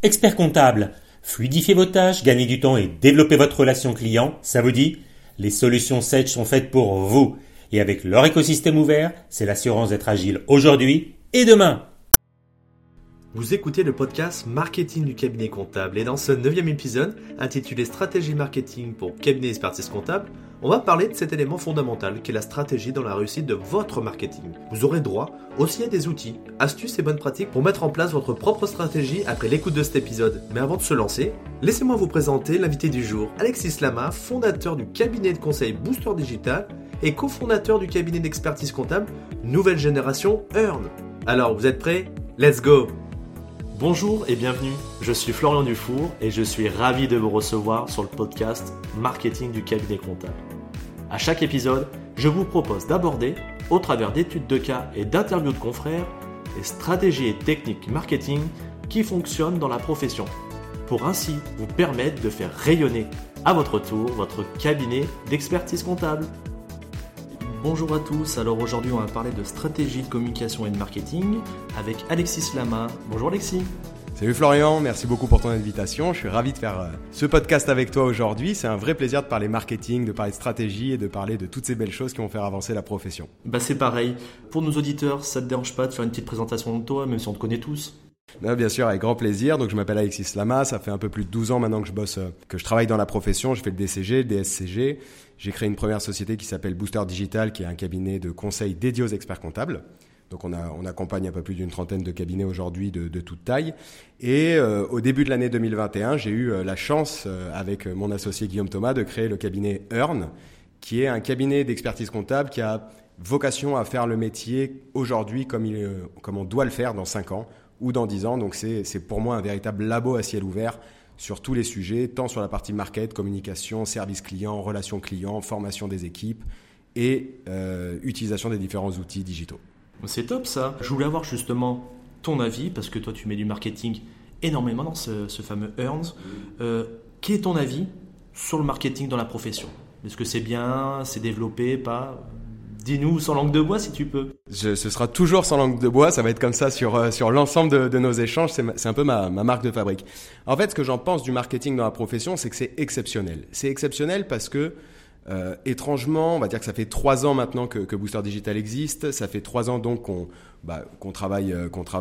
Expert comptable, fluidifiez vos tâches, gagnez du temps et développez votre relation client, ça vous dit? Les solutions Sage sont faites pour vous. Et avec leur écosystème ouvert, c'est l'assurance d'être agile aujourd'hui et demain. Vous écoutez le podcast Marketing du cabinet comptable et dans ce 9e épisode, intitulé Stratégie marketing pour cabinet expertise comptable, on va parler de cet élément fondamental qui est la stratégie dans la réussite de votre marketing. Vous aurez droit aussi à des outils, astuces et bonnes pratiques pour mettre en place votre propre stratégie après l'écoute de cet épisode. Mais avant de se lancer, laissez-moi vous présenter l'invité du jour, Alexis Lama, fondateur du cabinet de conseil Booster Digital et cofondateur du cabinet d'expertise comptable Nouvelle Génération Earn. Alors, vous êtes prêts? Let's go! Bonjour et bienvenue, je suis Florian Dufour et je suis ravi de vous recevoir sur le podcast Marketing du cabinet comptable. À chaque épisode, je vous propose d'aborder, au travers d'études de cas et d'interviews de confrères, les stratégies et techniques marketing qui fonctionnent dans la profession, pour ainsi vous permettre de faire rayonner à votre tour votre cabinet d'expertise comptable. Bonjour à tous, alors aujourd'hui on va parler de stratégie de communication et de marketing avec Alexis Lama. Bonjour Alexis. Salut Florian, merci beaucoup pour ton invitation. Je suis ravi de faire ce podcast avec toi aujourd'hui. C'est un vrai plaisir de parler marketing, de parler de stratégie et de parler de toutes ces belles choses qui vont faire avancer la profession. C'est pareil. Pour nos auditeurs, ça te dérange pas de faire une petite présentation de toi, même si on te connaît tous? Non, bien sûr, avec grand plaisir. Donc je m'appelle Alexis Lama, ça fait un peu plus de 12 ans maintenant que je travaille dans la profession. Je fais le DCG, le DSCG. J'ai créé une première société qui s'appelle Booster Digital, qui est un cabinet de conseil dédié aux experts comptables. Donc on accompagne un peu plus d'une trentaine de cabinets aujourd'hui de toute taille. Et au début de l'année 2021, j'ai eu la chance, avec mon associé Guillaume Thomas, de créer le cabinet Earn, qui est un cabinet d'expertise comptable qui a vocation à faire le métier aujourd'hui comme on doit le faire dans 5 ans ou dans 10 ans. Donc c'est pour moi un véritable labo à ciel ouvert sur tous les sujets, tant sur la partie market, communication, service client, relations clients, formation des équipes et utilisation des différents outils digitaux. C'est top ça. Je voulais avoir justement ton avis, parce que toi tu mets du marketing énormément dans ce fameux Earns. Quel est ton avis sur le marketing dans la profession? Est-ce que c'est bien, c'est développé, pas? Dis-nous sans langue de bois si tu peux. Ce sera toujours sans langue de bois, ça va être comme ça sur l'ensemble de nos échanges, c'est un peu ma marque de fabrique. En fait, ce que j'en pense du marketing dans la profession, c'est que c'est exceptionnel. C'est exceptionnel parce que, étrangement, on va dire que ça fait 3 ans maintenant que Booster Digital existe, ça fait 3 ans donc qu'on travaille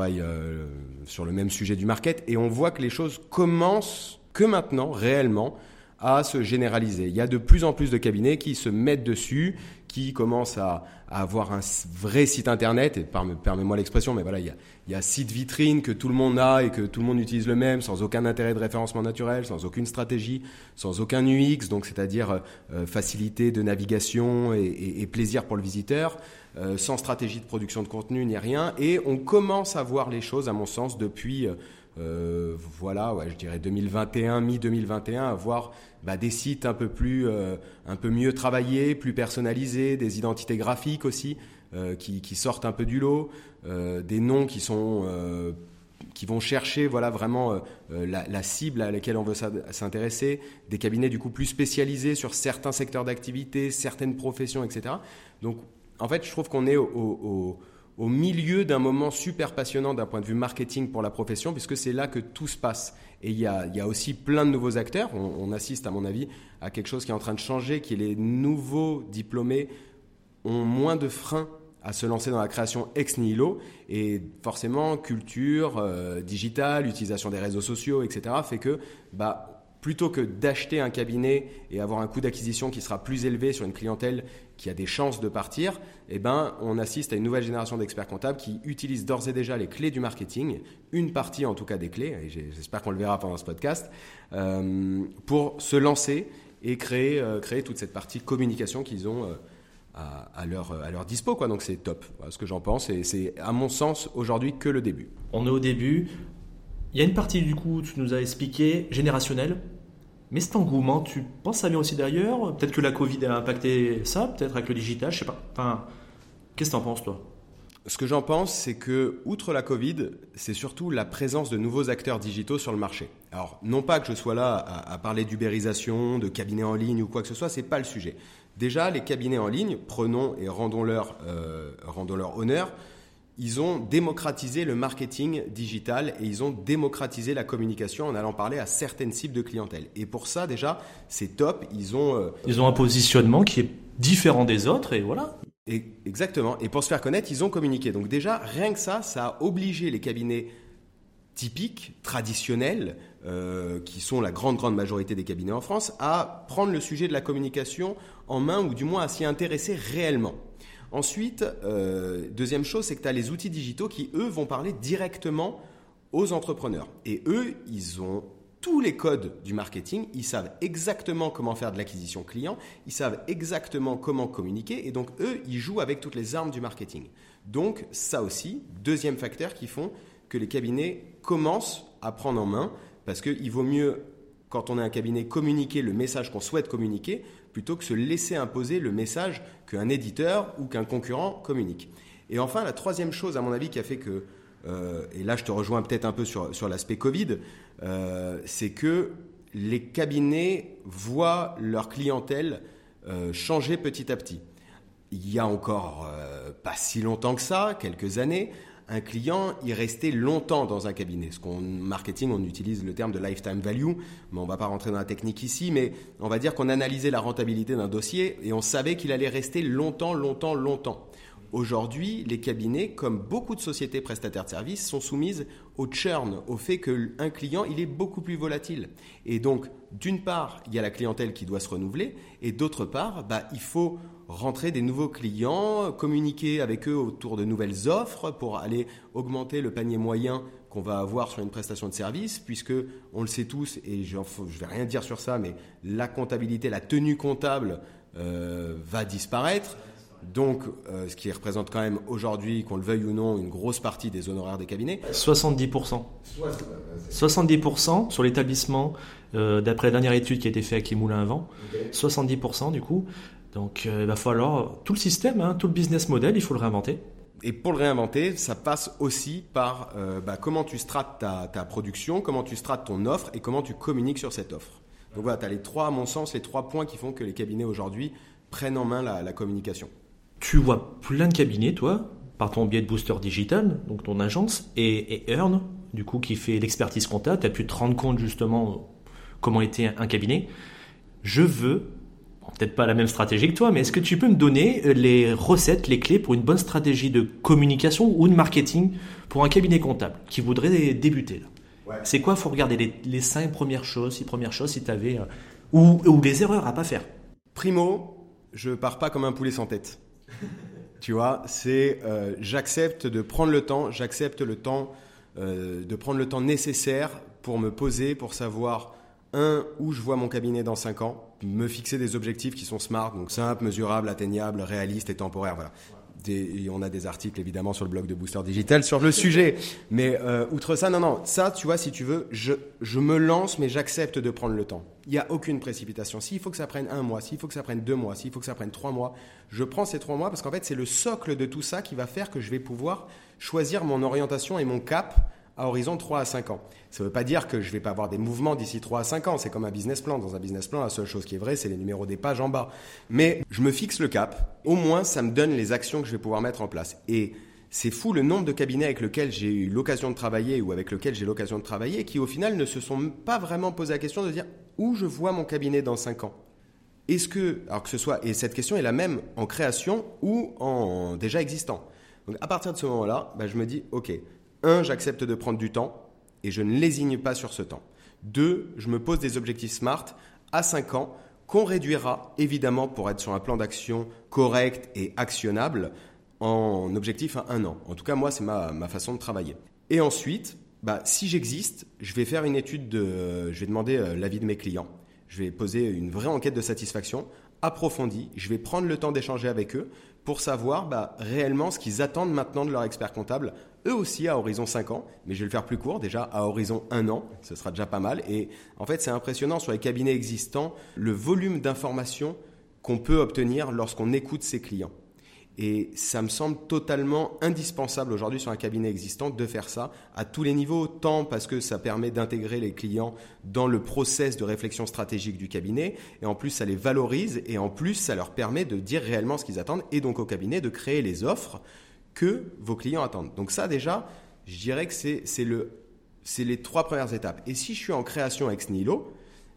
sur le même sujet du market, et on voit que les choses commencent que maintenant, réellement, à se généraliser. Il y a de plus en plus de cabinets qui se mettent dessus, qui commencent à avoir un vrai site internet, et permets-moi l'expression, mais voilà, il y a site vitrine que tout le monde a et que tout le monde utilise le même, sans aucun intérêt de référencement naturel, sans aucune stratégie, sans aucun UX, donc c'est-à-dire facilité de navigation et plaisir pour le visiteur, sans stratégie de production de contenu ni rien, et on commence à voir les choses, à mon sens, depuis je dirais 2021, mi-2021, avoir des sites un peu mieux travaillés, plus personnalisés, des identités graphiques aussi qui sortent un peu du lot, des noms qui vont chercher vraiment la cible à laquelle on veut s'intéresser, des cabinets du coup plus spécialisés sur certains secteurs d'activité, certaines professions, etc. Donc en fait, je trouve qu'on est au milieu d'un moment super passionnant d'un point de vue marketing pour la profession, puisque c'est là que tout se passe. Et il y a aussi plein de nouveaux acteurs. On assiste, à mon avis, à quelque chose qui est en train de changer, qui est les nouveaux diplômés ont moins de freins à se lancer dans la création ex nihilo. Et forcément, culture, digitale, utilisation des réseaux sociaux, etc., fait que plutôt que d'acheter un cabinet et avoir un coût d'acquisition qui sera plus élevé sur une clientèle qui a des chances de partir, on assiste à une nouvelle génération d'experts comptables qui utilisent d'ores et déjà les clés du marketing, une partie en tout cas des clés, et j'espère qu'on le verra pendant ce podcast, pour se lancer et créer toute cette partie communication qu'ils ont à leur dispo, quoi. Donc c'est top. Voilà ce que j'en pense, et c'est à mon sens aujourd'hui que le début. On est au début. Il y a une partie du coup, tu nous as expliqué, générationnelle. Mais cet engouement, tu penses ça vient aussi d'ailleurs? Peut-être que la Covid a impacté ça, peut-être avec le digital, je sais pas. Enfin, qu'est-ce que tu en penses toi? Ce que j'en pense, c'est que, outre la Covid, c'est surtout la présence de nouveaux acteurs digitaux sur le marché. Alors, non pas que je sois là à parler d'ubérisation, de cabinets en ligne ou quoi que ce soit, c'est pas le sujet. Déjà, les cabinets en ligne, prenons et rendons-leur honneur, ils ont démocratisé le marketing digital et ils ont démocratisé la communication en allant parler à certaines cibles de clientèle. Et pour ça, déjà, c'est top. Ils ont un positionnement qui est différent des autres et voilà. Exactement. Et pour se faire connaître, ils ont communiqué. Donc déjà, rien que ça a obligé les cabinets typiques, traditionnels, qui sont la grande majorité des cabinets en France, à prendre le sujet de la communication en main ou du moins à s'y intéresser réellement. Ensuite, deuxième chose, c'est que tu as les outils digitaux qui, eux, vont parler directement aux entrepreneurs. Et eux, ils ont tous les codes du marketing, ils savent exactement comment faire de l'acquisition client, ils savent exactement comment communiquer et donc eux, ils jouent avec toutes les armes du marketing. Donc ça aussi, deuxième facteur qui font que les cabinets commencent à prendre en main parce qu'il vaut mieux, quand on est un cabinet, communiquer le message qu'on souhaite communiquer plutôt que se laisser imposer le message qu'un éditeur ou qu'un concurrent communique. Et enfin, la troisième chose, à mon avis, qui a fait que et là je te rejoins peut-être un peu sur l'aspect Covid, c'est que les cabinets voient leur clientèle changer petit à petit. Il y a encore pas si longtemps que ça, quelques années, un client, il restait longtemps dans un cabinet. En marketing, on utilise le terme de lifetime value, mais on ne va pas rentrer dans la technique ici, mais on va dire qu'on analysait la rentabilité d'un dossier et on savait qu'il allait rester longtemps. Aujourd'hui, les cabinets, comme beaucoup de sociétés prestataires de services, sont soumises au churn, au fait qu'un client, il est beaucoup plus volatile. Et donc, d'une part, il y a la clientèle qui doit se renouveler, et d'autre part, il faut rentrer des nouveaux clients, communiquer avec eux autour de nouvelles offres pour aller augmenter le panier moyen qu'on va avoir sur une prestation de service, puisque on le sait tous, et je ne vais rien dire sur ça, mais la comptabilité, la tenue comptable va disparaître. Donc, ce qui représente quand même aujourd'hui, qu'on le veuille ou non, une grosse partie des honoraires des cabinets. 70%. 70% sur l'établissement, d'après la dernière étude qui a été faite avec les moulins à vent. Okay. 70% du coup. Donc, il va falloir tout le système, tout le business model, il faut le réinventer. Et pour le réinventer, ça passe aussi par comment tu strates ta production, comment tu strates ton offre et comment tu communiques sur cette offre. Donc voilà, tu as à mon sens, les trois points qui font que les cabinets aujourd'hui prennent en main la communication. Tu vois plein de cabinets, toi, par ton biais de Booster Digital, donc ton agence, et Earn, du coup, qui fait l'expertise comptable. Tu as pu te rendre compte, justement, comment était un cabinet. Je veux, peut-être pas la même stratégie que toi, mais est-ce que tu peux me donner les recettes, les clés pour une bonne stratégie de communication ou de marketing pour un cabinet comptable qui voudrait débuter là. Ouais. C'est quoi? Il faut regarder les 5 premières choses, 6 premières choses, si tu avais... ou les erreurs à pas faire. Primo, je pars pas comme un poulet sans tête. Tu vois, c'est j'accepte de prendre le temps, de prendre le temps nécessaire pour me poser, pour savoir où je vois mon cabinet dans 5 ans, me fixer des objectifs qui sont smart, donc simples, mesurables, atteignables, réalistes et temporaires. Voilà. Et on a des articles évidemment sur le blog de Booster Digital sur le sujet. Mais outre ça, non, ça, tu vois, si tu veux, je me lance, mais j'accepte de prendre le temps. Il n'y a aucune précipitation. S'il faut que ça prenne 1 mois, s'il faut que ça prenne 2 mois, s'il faut que ça prenne 3 mois, je prends ces 3 mois parce qu'en fait, c'est le socle de tout ça qui va faire que je vais pouvoir choisir mon orientation et mon cap à horizon 3 à 5 ans. Ça ne veut pas dire que je ne vais pas avoir des mouvements d'ici 3 à 5 ans. C'est comme un business plan. Dans un business plan, la seule chose qui est vraie, c'est les numéros des pages en bas. Mais je me fixe le cap. Au moins, ça me donne les actions que je vais pouvoir mettre en place. Et c'est fou le nombre de cabinets avec lesquels j'ai eu l'occasion de travailler ou avec lesquels j'ai l'occasion de travailler qui, au final, ne se sont pas vraiment posé la question de dire où je vois mon cabinet dans 5 ans. Est-ce que, alors que ce soit, et cette question est la même en création ou en déjà existant. Donc, à partir de ce moment-là, je me dis, OK, 1, j'accepte de prendre du temps et je ne lésigne pas sur ce temps. 2, je me pose des objectifs SMART à 5 ans qu'on réduira évidemment pour être sur un plan d'action correct et actionnable en objectif à 1 an. En tout cas, moi, c'est ma façon de travailler. Et ensuite, si j'existe, je vais faire une étude je vais demander l'avis de mes clients. Je vais poser une vraie enquête de satisfaction approfondie. Je vais prendre le temps d'échanger avec eux pour savoir réellement ce qu'ils attendent maintenant de leur expert comptable, eux aussi à horizon 5 ans, mais je vais le faire plus court, déjà à horizon 1 an, ce sera déjà pas mal. Et en fait, c'est impressionnant sur les cabinets existants, le volume d'informations qu'on peut obtenir lorsqu'on écoute ses clients. Et ça me semble totalement indispensable aujourd'hui sur un cabinet existant de faire ça à tous les niveaux, tant parce que ça permet d'intégrer les clients dans le process de réflexion stratégique du cabinet, et en plus ça les valorise, et en plus ça leur permet de dire réellement ce qu'ils attendent, et donc au cabinet de créer les offres que vos clients attendent. Donc ça déjà, je dirais que c'est les 3 premières étapes. Et si je suis en création ex nihilo,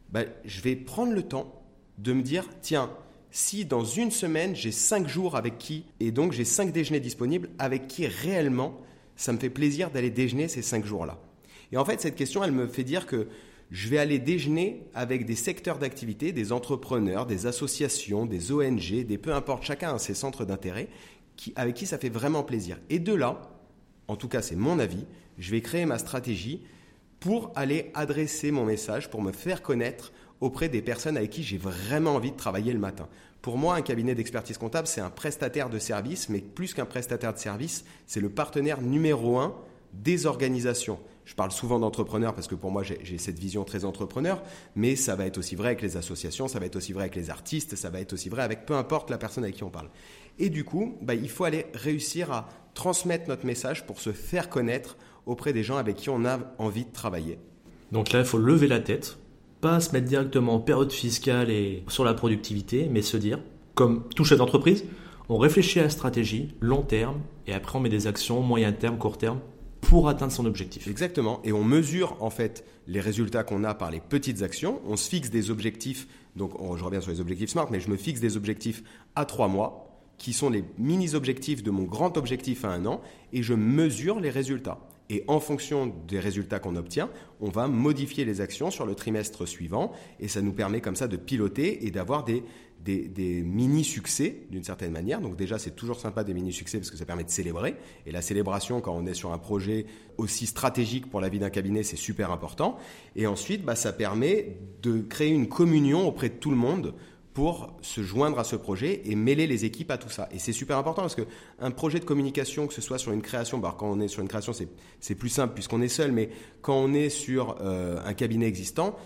je vais prendre le temps de me dire, tiens, si dans une semaine, j'ai 5 jours avec qui, et donc j'ai 5 déjeuners disponibles, avec qui réellement, ça me fait plaisir d'aller déjeuner ces 5 jours-là. Et en fait, cette question, elle me fait dire que je vais aller déjeuner avec des secteurs d'activité, des entrepreneurs, des associations, des ONG, peu importe, chacun a ses centres d'intérêt, avec qui ça fait vraiment plaisir. Et de là, en tout cas c'est mon avis, je vais créer ma stratégie pour aller adresser mon message, pour me faire connaître auprès des personnes avec qui j'ai vraiment envie de travailler le matin. Pour moi, un cabinet d'expertise comptable, c'est un prestataire de service, mais plus qu'un prestataire de service, c'est le partenaire numéro 1 des organisations. Je parle souvent d'entrepreneurs parce que pour moi, j'ai cette vision très entrepreneur, mais ça va être aussi vrai avec les associations, ça va être aussi vrai avec les artistes, ça va être aussi vrai avec peu importe la personne avec qui on parle. Et du coup, il faut aller réussir à transmettre notre message pour se faire connaître auprès des gens avec qui on a envie de travailler. Donc là, il faut lever la tête, pas se mettre directement en période fiscale et sur la productivité, mais se dire, comme tout chef d'entreprise, on réfléchit à la stratégie long terme et après on met des actions moyen terme, court terme pour atteindre son objectif. Exactement. Et on mesure en fait les résultats qu'on a par les petites actions. On se fixe des objectifs. Donc je reviens sur les objectifs SMART, mais je me fixe des objectifs à 3 mois qui sont les mini-objectifs de mon grand objectif à 1 an et je mesure les résultats. Et en fonction des résultats qu'on obtient, on va modifier les actions sur le trimestre suivant et ça nous permet comme ça de piloter et d'avoir des mini-succès d'une certaine manière. Donc déjà, c'est toujours sympa des mini-succès parce que ça permet de célébrer. Et la célébration, quand on est sur un projet aussi stratégique pour la vie d'un cabinet, c'est super important. Et ensuite, ça permet de créer une communion auprès de tout le monde pour se joindre à ce projet et mêler les équipes à tout ça. Et c'est super important parce qu'un projet de communication, que ce soit sur une création, quand on est sur une création, c'est plus simple puisqu'on est seul, mais quand on est sur un cabinet existant,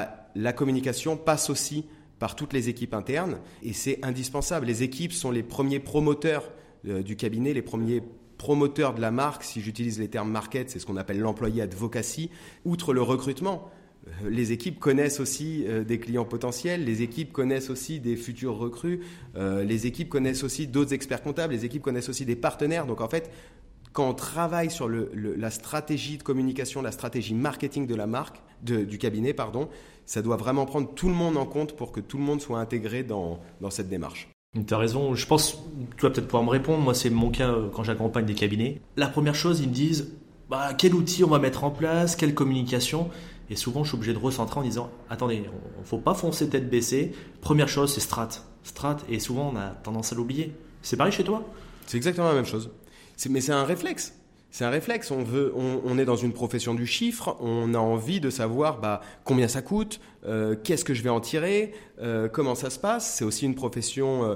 la communication passe aussi par toutes les équipes internes et c'est indispensable. Les équipes sont les premiers promoteurs du cabinet, les premiers promoteurs de la marque. Si j'utilise les termes market, c'est ce qu'on appelle l'employé advocacy. Outre le recrutement, les équipes connaissent aussi des clients potentiels, les équipes connaissent aussi des futurs recrues, les équipes connaissent aussi d'autres experts comptables, les équipes connaissent aussi des partenaires. Donc en fait, quand on travaille sur la stratégie de communication, la stratégie marketing de la marque, du cabinet, ça doit vraiment prendre tout le monde en compte pour que tout le monde soit intégré dans cette démarche. Tu as raison, je pense, tu vas peut-être pouvoir me répondre, moi c'est mon cas quand j'accompagne des cabinets. La première chose, ils me disent, quel outil on va mettre en place, quelle communication. Et souvent, je suis obligé de recentrer en disant, attendez, il ne faut pas foncer tête baissée. Première chose, c'est strat. Et souvent, on a tendance à l'oublier. C'est pareil chez toi ? C'est exactement la même chose. Mais c'est un réflexe. C'est un réflexe. On est dans une profession du chiffre. On a envie de savoir combien ça coûte, qu'est-ce que je vais en tirer, comment ça se passe. C'est aussi une profession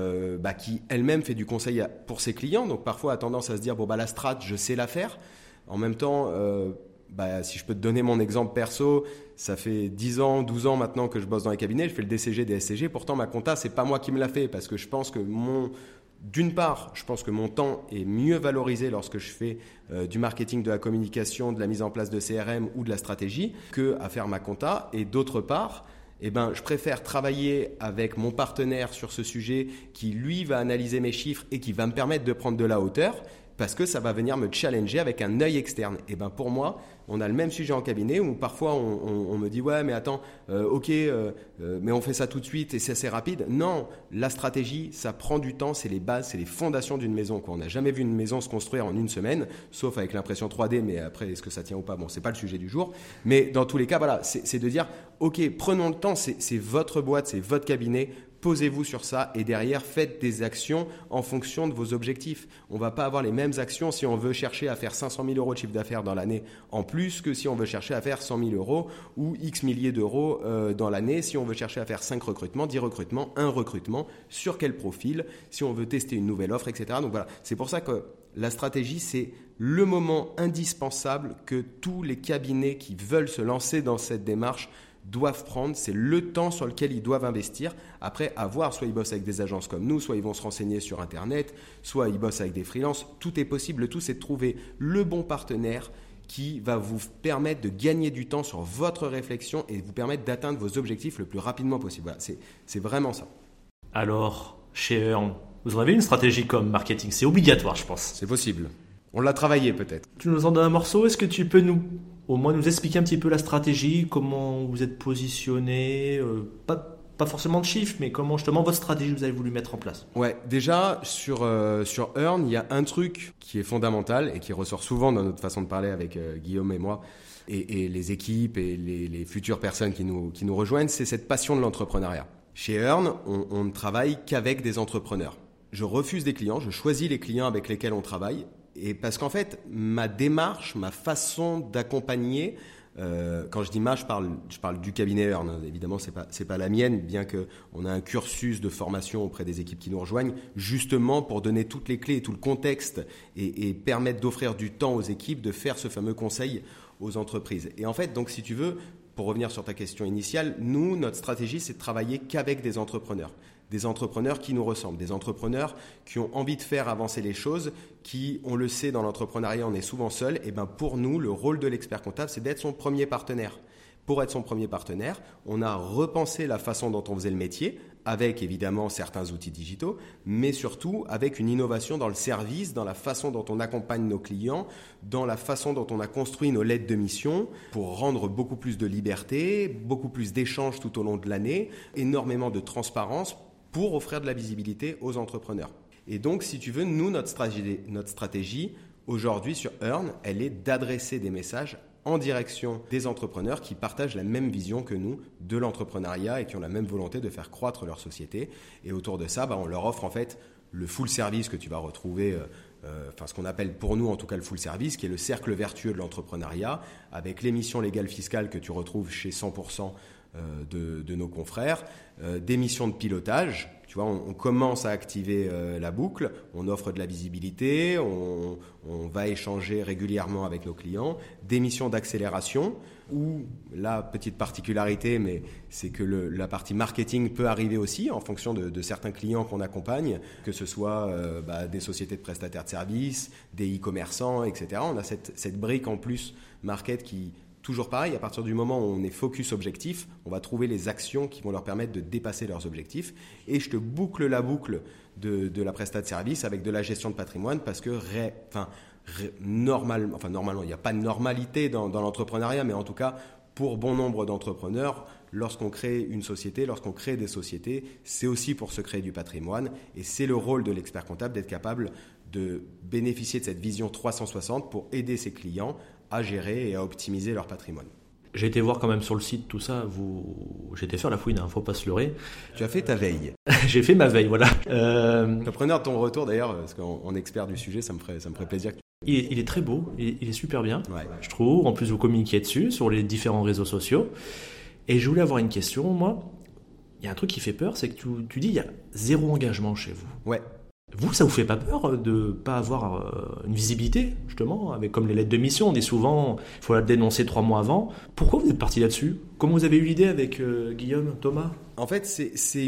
qui elle-même fait du conseil pour ses clients. Donc parfois, a tendance à se dire, la strat, je sais la faire. En même temps, si je peux te donner mon exemple perso, ça fait 10 ans, 12 ans maintenant que je bosse dans les cabinets, je fais le DCG, DSCG. Pourtant, ma compta, c'est pas moi qui me l'a fait parce que je pense que d'une part, je pense que mon temps est mieux valorisé lorsque je fais du marketing, de la communication, de la mise en place de CRM ou de la stratégie qu'à faire ma compta. Et d'autre part, je préfère travailler avec mon partenaire sur ce sujet qui, lui, va analyser mes chiffres et qui va me permettre de prendre de la hauteur parce que ça va venir me challenger avec un œil externe. Et pour moi, on a le même sujet en cabinet où parfois on me dit « ouais, mais attends, mais on fait ça tout de suite et c'est assez rapide ». Non, la stratégie, ça prend du temps, c'est les bases, c'est les fondations d'une maison. On n'a jamais vu une maison se construire en une semaine, sauf avec l'impression 3D, mais après, est-ce que ça tient ou pas ? C'est pas le sujet du jour. Mais dans tous les cas, c'est de dire « ok, prenons le temps, c'est votre boîte, c'est votre cabinet ». Posez-vous sur ça et derrière, faites des actions en fonction de vos objectifs. On ne va pas avoir les mêmes actions si on veut chercher à faire 500 000 euros de chiffre d'affaires dans l'année en plus que si on veut chercher à faire 100 000 euros ou X milliers d'euros dans l'année. Si on veut chercher à faire 5 recrutements, 10 recrutements, 1 recrutement, sur quel profil, si on veut tester une nouvelle offre, etc. Donc voilà, c'est pour ça que la stratégie, c'est le moment indispensable que tous les cabinets qui veulent se lancer dans cette démarche doivent prendre, c'est le temps sur lequel ils doivent investir. Après, à voir, soit ils bossent avec des agences comme nous, soit ils vont se renseigner sur Internet, soit ils bossent avec des freelances. Tout est possible. Le tout, c'est de trouver le bon partenaire qui va vous permettre de gagner du temps sur votre réflexion et vous permettre d'atteindre vos objectifs le plus rapidement possible. Voilà, c'est vraiment ça. Alors, chez Earn, Vous en avez une stratégie comme marketing, c'est obligatoire, je pense. C'est possible. On l'a travaillé peut-être. Tu nous en donnes un morceau, est-ce que tu peux au moins nous expliquer un petit peu la stratégie, comment vous êtes positionné, pas forcément de chiffres, mais comment justement votre stratégie vous avez voulu mettre en place? Ouais, déjà sur Earn, il y a un truc qui est fondamental et qui ressort souvent dans notre façon de parler avec Guillaume et moi et les équipes et les futures personnes qui nous rejoignent, c'est cette passion de l'entrepreneuriat. Chez Earn, on ne travaille qu'avec des entrepreneurs. Je refuse des clients, je choisis les clients avec lesquels on travaille. Et parce qu'en fait, ma démarche, ma façon d'accompagner, quand je dis je parle du cabinet Earn. Évidemment, c'est pas la mienne, bien que on a un cursus de formation auprès des équipes qui nous rejoignent, justement pour donner toutes les clés et tout le contexte et permettre d'offrir du temps aux équipes de faire ce fameux conseil aux entreprises. Et en fait, donc si tu veux, pour revenir sur ta question initiale, notre stratégie, c'est de travailler qu'avec des entrepreneurs qui nous ressemblent, des entrepreneurs qui ont envie de faire avancer les choses, qui, on le sait, dans l'entrepreneuriat, on est souvent seul. Et ben pour nous, le rôle de l'expert comptable, c'est d'être son premier partenaire. Pour être son premier partenaire, on a repensé la façon dont on faisait le métier, avec évidemment certains outils digitaux, mais surtout avec une innovation dans le service, dans la façon dont on accompagne nos clients, dans la façon dont on a construit nos lettres de mission pour rendre beaucoup plus de liberté, beaucoup plus d'échanges tout au long de l'année, énormément de transparence pour offrir de la visibilité aux entrepreneurs. Et donc, si tu veux, notre stratégie aujourd'hui sur Earn, elle est d'adresser des messages en direction des entrepreneurs qui partagent la même vision que nous de l'entrepreneuriat et qui ont la même volonté de faire croître leur société. Et autour de ça, on leur offre en fait le full service que tu vas retrouver, ce qu'on appelle pour nous en tout cas le full service, qui est le cercle vertueux de l'entrepreneuriat, avec l'émission légale fiscale que tu retrouves chez 100% de nos confrères, des missions de pilotage. Tu vois, on commence à activer la boucle, on offre de la visibilité, on va échanger régulièrement avec nos clients, des missions d'accélération, où la petite particularité, mais c'est que la partie marketing peut arriver aussi en fonction de certains clients qu'on accompagne, que ce soit des sociétés de prestataires de services, des e-commerçants, etc. On a cette brique en plus market qui... Toujours pareil, à partir du moment où on est focus objectif, on va trouver les actions qui vont leur permettre de dépasser leurs objectifs. Et je te boucle la boucle de la prestation de service avec de la gestion de patrimoine parce que normalement, il n'y a pas de normalité dans l'entrepreneuriat, mais en tout cas, pour bon nombre d'entrepreneurs, lorsqu'on crée une société, lorsqu'on crée des sociétés, c'est aussi pour se créer du patrimoine. Et c'est le rôle de l'expert comptable d'être capable de bénéficier de cette vision 360 pour aider ses clients à gérer et à optimiser leur patrimoine. J'ai été voir quand même sur le site tout ça, j'ai été faire la fouine, faut pas se leurrer. Tu as fait ta veille. J'ai fait ma veille, voilà. Preneur de ton retour d'ailleurs, parce qu'en expert du sujet, ça me ferait plaisir. Il est très beau, il est super bien, ouais. Je trouve. En plus, vous communiquez dessus, sur les différents réseaux sociaux. Et je voulais avoir une question, moi. Il y a un truc qui fait peur, c'est que tu dis il y a zéro engagement chez vous. Ouais. Vous, ça vous fait pas peur de ne pas avoir une visibilité, justement, avec comme les lettres de mission, on dit souvent, il faut la dénoncer 3 mois avant. Pourquoi vous êtes parti là-dessus? Comment vous avez eu l'idée avec Guillaume, Thomas? En fait, c'est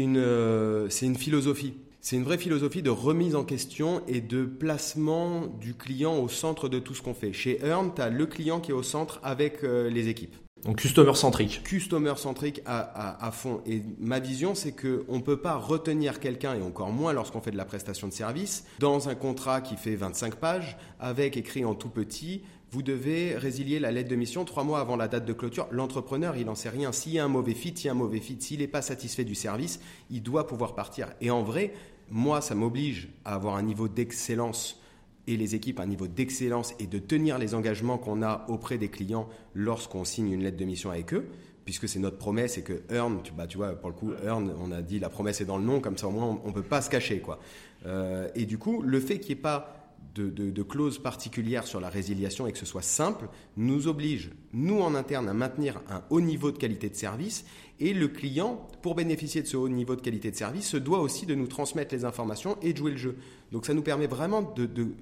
une philosophie. C'est une vraie philosophie de remise en question et de placement du client au centre de tout ce qu'on fait. Chez Earn, tu as le client qui est au centre avec les équipes. Donc customer centrique. Customer centrique à fond. Et ma vision, c'est qu'on ne peut pas retenir quelqu'un, et encore moins lorsqu'on fait de la prestation de service, dans un contrat qui fait 25 pages, avec écrit en tout petit, vous devez résilier la lettre de mission 3 mois avant la date de clôture. L'entrepreneur, il n'en sait rien. S'il y a un mauvais fit, il y a un mauvais fit. S'il n'est pas satisfait du service, il doit pouvoir partir. Et en vrai, moi, ça m'oblige à avoir un niveau d'excellence et les équipes un niveau d'excellence et de tenir les engagements qu'on a auprès des clients lorsqu'on signe une lettre de mission avec eux, puisque c'est notre promesse et que Earn, tu vois, pour le coup, Earn, on a dit la promesse est dans le nom, comme ça au moins on ne peut pas se cacher, quoi. Et du coup, le fait qu'il n'y ait pas de clause particulière sur la résiliation et que ce soit simple, nous oblige, nous en interne, à maintenir un haut niveau de qualité de service. Et le client, pour bénéficier de ce haut niveau de qualité de service, se doit aussi de nous transmettre les informations et de jouer le jeu. Donc ça nous permet vraiment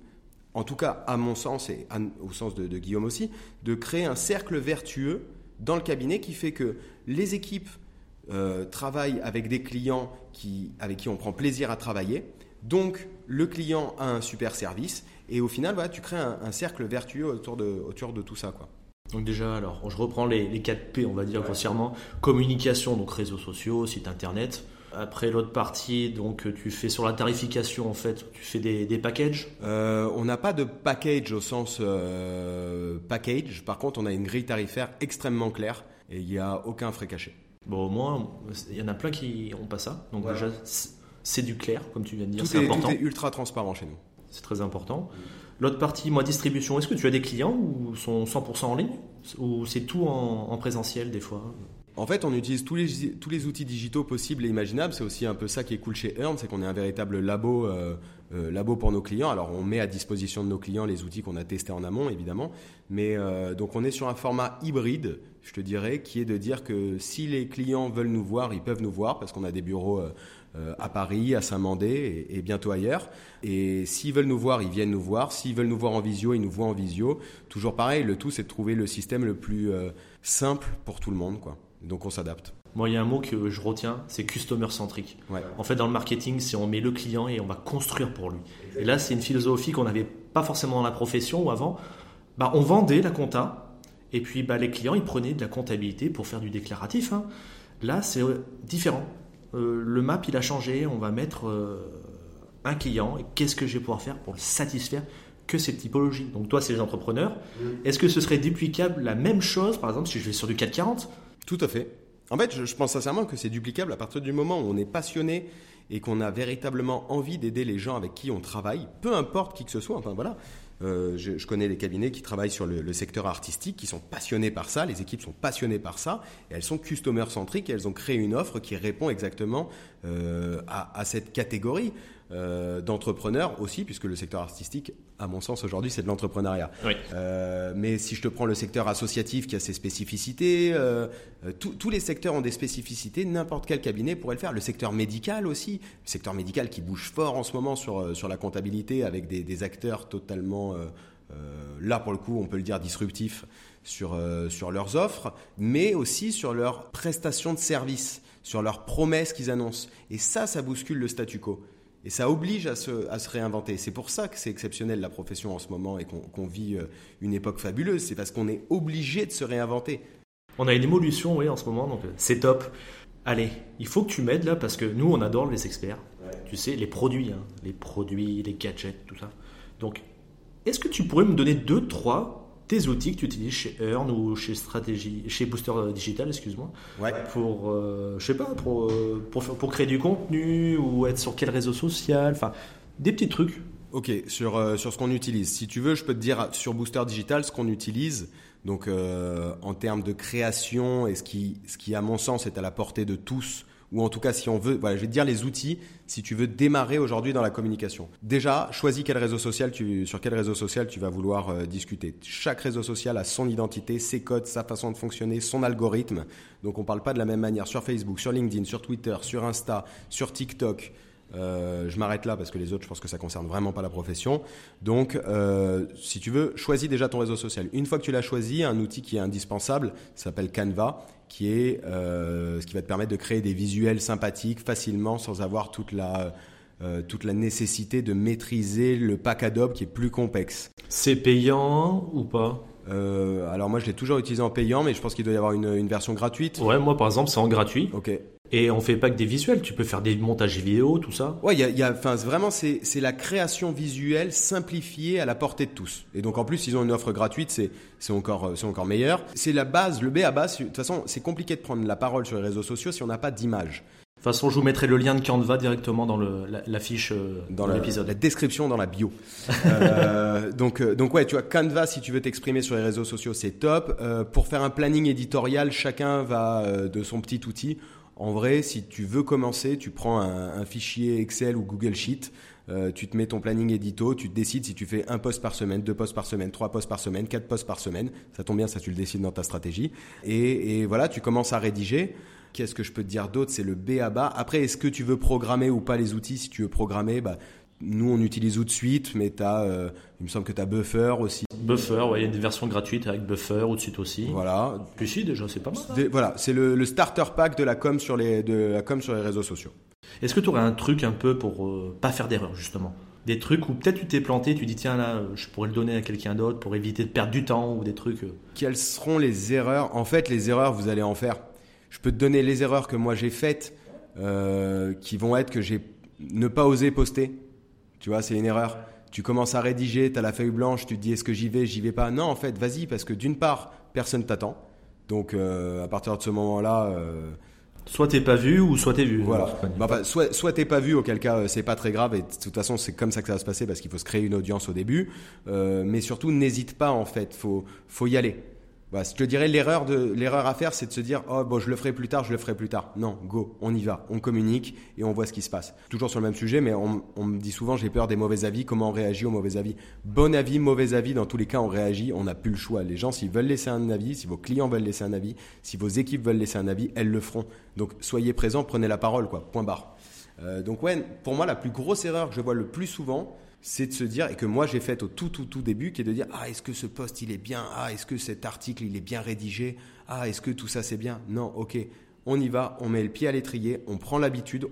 en tout cas à mon sens et au sens de Guillaume aussi, de créer un cercle vertueux dans le cabinet qui fait que les équipes travaillent avec des clients avec qui on prend plaisir à travailler. Donc, le client a un super service et au final, voilà, tu crées un cercle vertueux autour de tout ça, quoi. Donc déjà, alors, je reprends les 4 P, on va dire grossièrement. Communication, donc réseaux sociaux, site internet. Après l'autre partie, donc tu fais sur la tarification en fait, tu fais des packages. On n'a pas de package au sens package. Par contre, on a une grille tarifaire extrêmement claire et il n'y a aucun frais caché. Bon, au moins, il y en a plein qui n'ont pas ça. Donc déjà, c'est du clair, comme tu viens de dire, Tout c'est important. Tout est ultra transparent chez nous. C'est très important. L'autre partie, moi, distribution, est-ce que tu as des clients ou sont 100% en ligne ou c'est tout en présentiel des fois? En fait, on utilise tous les outils digitaux possibles et imaginables. C'est aussi un peu ça qui est cool chez Earn, c'est qu'on est un véritable labo pour nos clients. Alors, on met à disposition de nos clients les outils qu'on a testés en amont, évidemment. Mais donc, on est sur un format hybride, je te dirais, qui est de dire que si les clients veulent nous voir, ils peuvent nous voir parce qu'on a des bureaux à Paris, à Saint-Mandé et bientôt ailleurs. Et s'ils veulent nous voir, ils viennent nous voir. S'ils veulent nous voir en visio, ils nous voient en visio. Toujours pareil, le tout, c'est de trouver le système le plus simple pour tout le monde, quoi. Donc on s'adapte. Moi, il y a un mot que je retiens, c'est customer centric. Ouais. En fait, dans le marketing, c'est on met le client et on va construire pour lui. Exactement. Et là, c'est une philosophie qu'on n'avait pas forcément dans la profession où avant, on vendait la compta et puis les clients, ils prenaient de la comptabilité pour faire du déclaratif. Hein. Là, c'est différent. Le map, il a changé. On va mettre un client et qu'est-ce que je vais pouvoir faire pour le satisfaire que cette typologie. Donc toi, c'est les entrepreneurs. Est-ce que ce serait duplicable la même chose, par exemple, si je vais sur du 440 ? Tout à fait. En fait, je pense sincèrement que c'est duplicable à partir du moment où on est passionné et qu'on a véritablement envie d'aider les gens avec qui on travaille, peu importe qui que ce soit. Enfin voilà, je connais des cabinets qui travaillent sur le secteur artistique, qui sont passionnés par ça, les équipes sont passionnées par ça, et elles sont customer-centriques et elles ont créé une offre qui répond exactement à cette catégorie d'entrepreneurs aussi, puisque le secteur artistique, à mon sens aujourd'hui, c'est de l'entrepreneuriat. Oui. Mais si je te prends le secteur associatif qui a ses spécificités, tous les secteurs ont des spécificités, n'importe quel cabinet pourrait le faire. Le secteur médical aussi, le secteur médical qui bouge fort en ce moment sur la comptabilité avec des acteurs totalement, là pour le coup on peut le dire disruptifs sur leurs offres, mais aussi sur leurs prestations de services, sur leurs promesses qu'ils annoncent. Et ça bouscule le statu quo. Et ça oblige à se réinventer. C'est pour ça que c'est exceptionnel la profession en ce moment et qu'on vit une époque fabuleuse. C'est parce qu'on est obligé de se réinventer. On a une évolution, oui, en ce moment, donc c'est top. Allez, il faut que tu m'aides là parce que nous, on adore les experts. Ouais. Tu sais, les produits, les gadgets, tout ça. Donc, est-ce que tu pourrais me donner 2-3 tes outils que tu utilises chez Earn ou chez Booster Digital, excuse-moi, ouais. Pour, je sais pas, pour créer du contenu ou être sur quel réseau social, enfin, des petits trucs. Ok, sur ce qu'on utilise. Si tu veux, je peux te dire sur Booster Digital ce qu'on utilise. Donc, en termes de création et ce qui, à mon sens, est à la portée de tous. Ou en tout cas, si on veut, voilà, je vais te dire les outils si tu veux démarrer aujourd'hui dans la communication. Déjà, choisis sur quel réseau social tu vas vouloir discuter. Chaque réseau social a son identité, ses codes, sa façon de fonctionner, son algorithme. Donc, on parle pas de la même manière sur Facebook, sur LinkedIn, sur Twitter, sur Insta, sur TikTok. Je m'arrête là parce que les autres, je pense que ça concerne vraiment pas la profession. Donc, si tu veux, choisis déjà ton réseau social. Une fois que tu l'as choisi, un outil qui est indispensable s'appelle Canva, qui est ce qui va te permettre de créer des visuels sympathiques facilement sans avoir toute la nécessité de maîtriser le pack Adobe qui est plus complexe. C'est payant ou pas ? Alors moi, je l'ai toujours utilisé en payant, mais je pense qu'il doit y avoir une version gratuite. Ouais, moi par exemple, c'est en gratuit. Ok. Et on fait pas que des visuels, tu peux faire des montages vidéo, tout ça. Ouais, vraiment, c'est la création visuelle simplifiée à la portée de tous. Et donc en plus, ils ont une offre gratuite, c'est encore meilleur. C'est la base, le B à base. De toute façon, c'est compliqué de prendre la parole sur les réseaux sociaux si on n'a pas d'image. De toute façon, je vous mettrai le lien de Canva directement dans la fiche dans l'épisode. La description dans la bio. Donc ouais, tu vois, Canva, si tu veux t'exprimer sur les réseaux sociaux, c'est top. Pour faire un planning éditorial, chacun va de son petit outil. En vrai, si tu veux commencer, tu prends un fichier Excel ou Google Sheet, tu te mets ton planning édito, tu te décides si tu fais 1 post par semaine, 2 posts par semaine, 3 posts par semaine, 4 posts par semaine. Ça tombe bien, ça tu le décides dans ta stratégie. Et voilà, tu commences à rédiger. Qu'est-ce que je peux te dire d'autre ? C'est le B à bas. Après, est-ce que tu veux programmer ou pas les outils ? Si tu veux programmer, nous on utilise OutSuite, mais il me semble que tu as Buffer aussi. Buffer, ouais, il y a des versions gratuites avec Buffer, OutSuite aussi. Voilà. Puis si, déjà, c'est pas mal. Voilà, c'est le starter pack de la com sur les réseaux sociaux. Est-ce que tu aurais un truc un peu pour pas faire d'erreur, justement ? Des trucs où peut-être tu t'es planté, tu dis tiens là, je pourrais le donner à quelqu'un d'autre pour éviter de perdre du temps ou des trucs. Quelles seront les erreurs ? En fait, les erreurs, vous allez en faire. Je peux te donner les erreurs que moi j'ai faites. qui vont être que j'ai ne pas osé poster. Tu vois, c'est une erreur. Tu commences à rédiger, tu as la feuille blanche, tu te dis est-ce que j'y vais pas. Non, en fait, vas-y, parce que d'une part, personne t'attend. Donc, à partir de ce moment-là... soit t'es pas vu ou soit t'es vu. Voilà. Soit t'es pas vu, auquel cas c'est pas très grave et de toute façon c'est comme ça que ça va se passer parce qu'il faut se créer une audience au début. Mais surtout n'hésite pas en fait, faut y aller. Bah, je te dirais l'erreur à faire, c'est de se dire oh bon je le ferai plus tard. Non, go, on y va, on communique et on voit ce qui se passe. Toujours sur le même sujet, mais on me dit souvent j'ai peur des mauvais avis. Comment on réagit aux mauvais avis? Bon avis, mauvais avis, dans tous les cas on réagit. On n'a plus le choix. Les gens s'ils veulent laisser un avis, si vos clients veulent laisser un avis, si vos équipes veulent laisser un avis, elles le feront. Donc soyez présents, prenez la parole quoi. Point barre. Donc ouais, pour moi la plus grosse erreur que je vois le plus souvent, c'est de se dire, et que moi j'ai fait au tout début, qui est de dire ah est-ce que ce post il est bien, ah est-ce que cet article il est bien rédigé, ah est-ce que tout ça c'est bien. Non, ok, on y va, on met le pied à l'étrier, on prend l'habitude,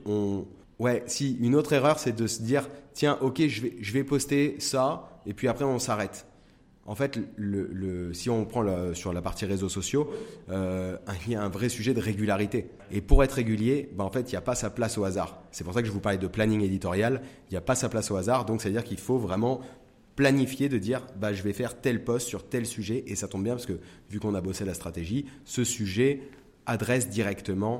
si une autre erreur c'est de se dire tiens ok je vais poster ça et puis après on s'arrête. En fait, si on prend sur la partie réseaux sociaux, il y a un vrai sujet de régularité. Et pour être régulier, en fait, il n'y a pas sa place au hasard. C'est pour ça que je vous parlais de planning éditorial. Il n'y a pas sa place au hasard. Donc, c'est-à-dire qu'il faut vraiment planifier de dire je vais faire tel post sur tel sujet. Et ça tombe bien parce que vu qu'on a bossé la stratégie, ce sujet adresse directement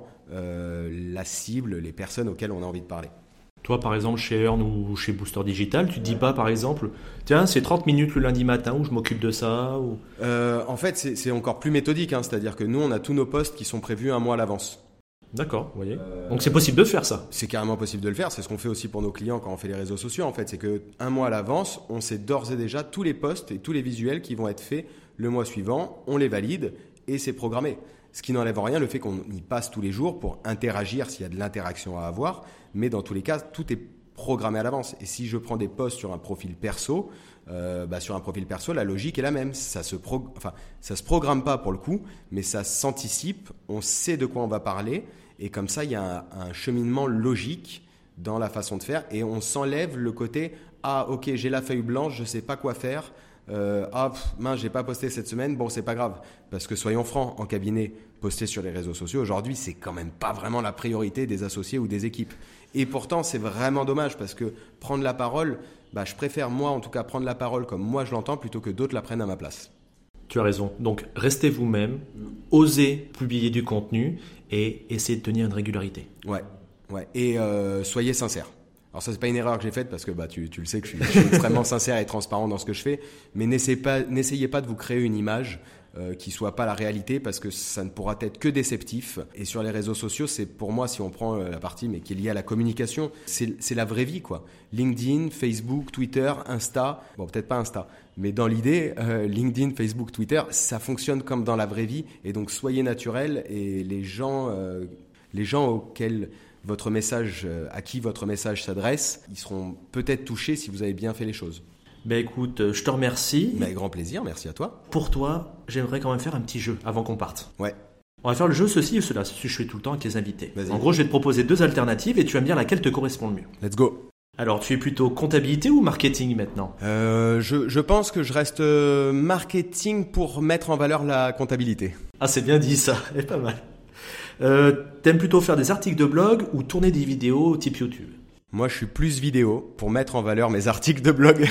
la cible, les personnes auxquelles on a envie de parler. Toi, par exemple, chez Earn ou chez Booster Digital, tu te dis pas, par exemple, tiens, c'est 30 minutes le lundi matin où je m'occupe de ça ou... En fait, c'est encore plus méthodique. C'est-à-dire que nous, on a tous nos posts qui sont prévus un mois à l'avance. D'accord, vous voyez. Donc, c'est possible de faire ça. C'est carrément possible de le faire. C'est ce qu'on fait aussi pour nos clients quand on fait les réseaux sociaux. En fait, c'est qu'un mois à l'avance, on sait d'ores et déjà tous les posts et tous les visuels qui vont être faits le mois suivant. On les valide et c'est programmé. Ce qui n'enlève en rien le fait qu'on y passe tous les jours pour interagir s'il y a de l'interaction à avoir. Mais dans tous les cas, tout est programmé à l'avance. Et si je prends des posts sur un profil perso, la logique est la même. Ça se programme pas pour le coup, mais ça s'anticipe. On sait de quoi on va parler. Et comme ça, il y a un cheminement logique dans la façon de faire. Et on s'enlève le côté « Ah, ok, j'ai la feuille blanche, je sais pas quoi faire. J'ai pas posté cette semaine. Bon, c'est pas grave. » Parce que soyons francs, en cabinet, poster sur les réseaux sociaux, aujourd'hui, c'est quand même pas vraiment la priorité des associés ou des équipes. Et pourtant, c'est vraiment dommage parce que prendre la parole, je préfère moi, en tout cas, prendre la parole comme moi je l'entends plutôt que d'autres la prennent à ma place. Tu as raison. Donc, restez vous-même, osez publier du contenu et essayez de tenir une régularité. Ouais. Et soyez sincères. Alors ça, c'est pas une erreur que j'ai faite parce que tu le sais que je suis extrêmement sincère et transparent dans ce que je fais. Mais n'essayez pas de vous créer une image qui soit pas la réalité parce que ça ne pourra être que déceptif. Et sur les réseaux sociaux, c'est pour moi, si on prend la partie mais qui est liée à la communication, c'est la vraie vie quoi. LinkedIn, Facebook, Twitter, Insta. Bon, peut-être pas Insta, mais dans l'idée, LinkedIn, Facebook, Twitter, ça fonctionne comme dans la vraie vie. Et donc soyez naturels et les gens auxquels à qui votre message s'adresse, ils seront peut-être touchés si vous avez bien fait les choses. Écoute, je te remercie. Avec grand plaisir, merci à toi. Pour toi, j'aimerais quand même faire un petit jeu avant qu'on parte. Ouais. On va faire le jeu ceci ou cela, ce que je fais tout le temps avec les invités. Vas-y. En gros, je vais te proposer 2 alternatives et tu vas me dire laquelle te correspond le mieux. Let's go. Alors, tu es plutôt comptabilité ou marketing maintenant ? Je pense que je reste marketing pour mettre en valeur la comptabilité. Ah, c'est bien dit ça, c'est pas mal. T'aimes plutôt faire des articles de blog ou tourner des vidéos type YouTube ? Moi, je suis plus vidéo pour mettre en valeur mes articles de blog.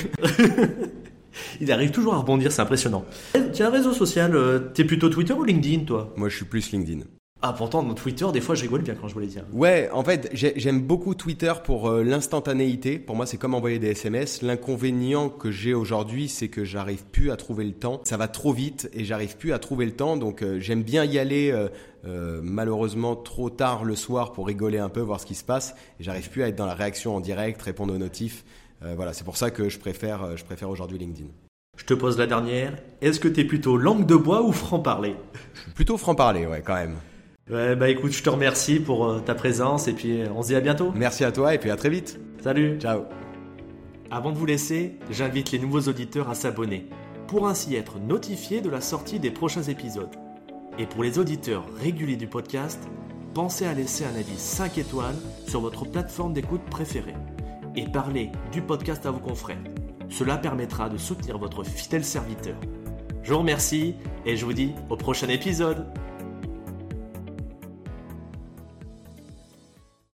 Il arrive toujours à rebondir, c'est impressionnant. Tiens, réseau social, t'es plutôt Twitter ou LinkedIn, toi ? Moi, je suis plus LinkedIn. Ah, pourtant, dans Twitter, des fois, je rigole bien quand je vois les tiens. Ouais, en fait, j'aime beaucoup Twitter pour l'instantanéité. Pour moi, c'est comme envoyer des SMS. L'inconvénient que j'ai aujourd'hui, c'est que j'arrive plus à trouver le temps. Ça va trop vite et j'arrive plus à trouver le temps. Donc, j'aime bien y aller malheureusement trop tard le soir pour rigoler un peu, voir ce qui se passe. Et j'arrive plus à être dans la réaction en direct, répondre aux notifs. Voilà, c'est pour ça que je préfère aujourd'hui LinkedIn. Je te pose la dernière. Est-ce que t'es plutôt langue de bois ou franc-parler ? Je suis plutôt franc-parler, ouais, quand même. Ouais, écoute, je te remercie pour ta présence et puis on se dit à bientôt. Merci à toi et puis à très vite. Salut. Ciao. Avant de vous laisser, j'invite les nouveaux auditeurs à s'abonner pour ainsi être notifiés de la sortie des prochains épisodes. Et pour les auditeurs réguliers du podcast, pensez à laisser un avis 5 étoiles sur votre plateforme d'écoute préférée et parlez du podcast à vos confrères. Cela permettra de soutenir votre fidèle serviteur. Je vous remercie et je vous dis au prochain épisode.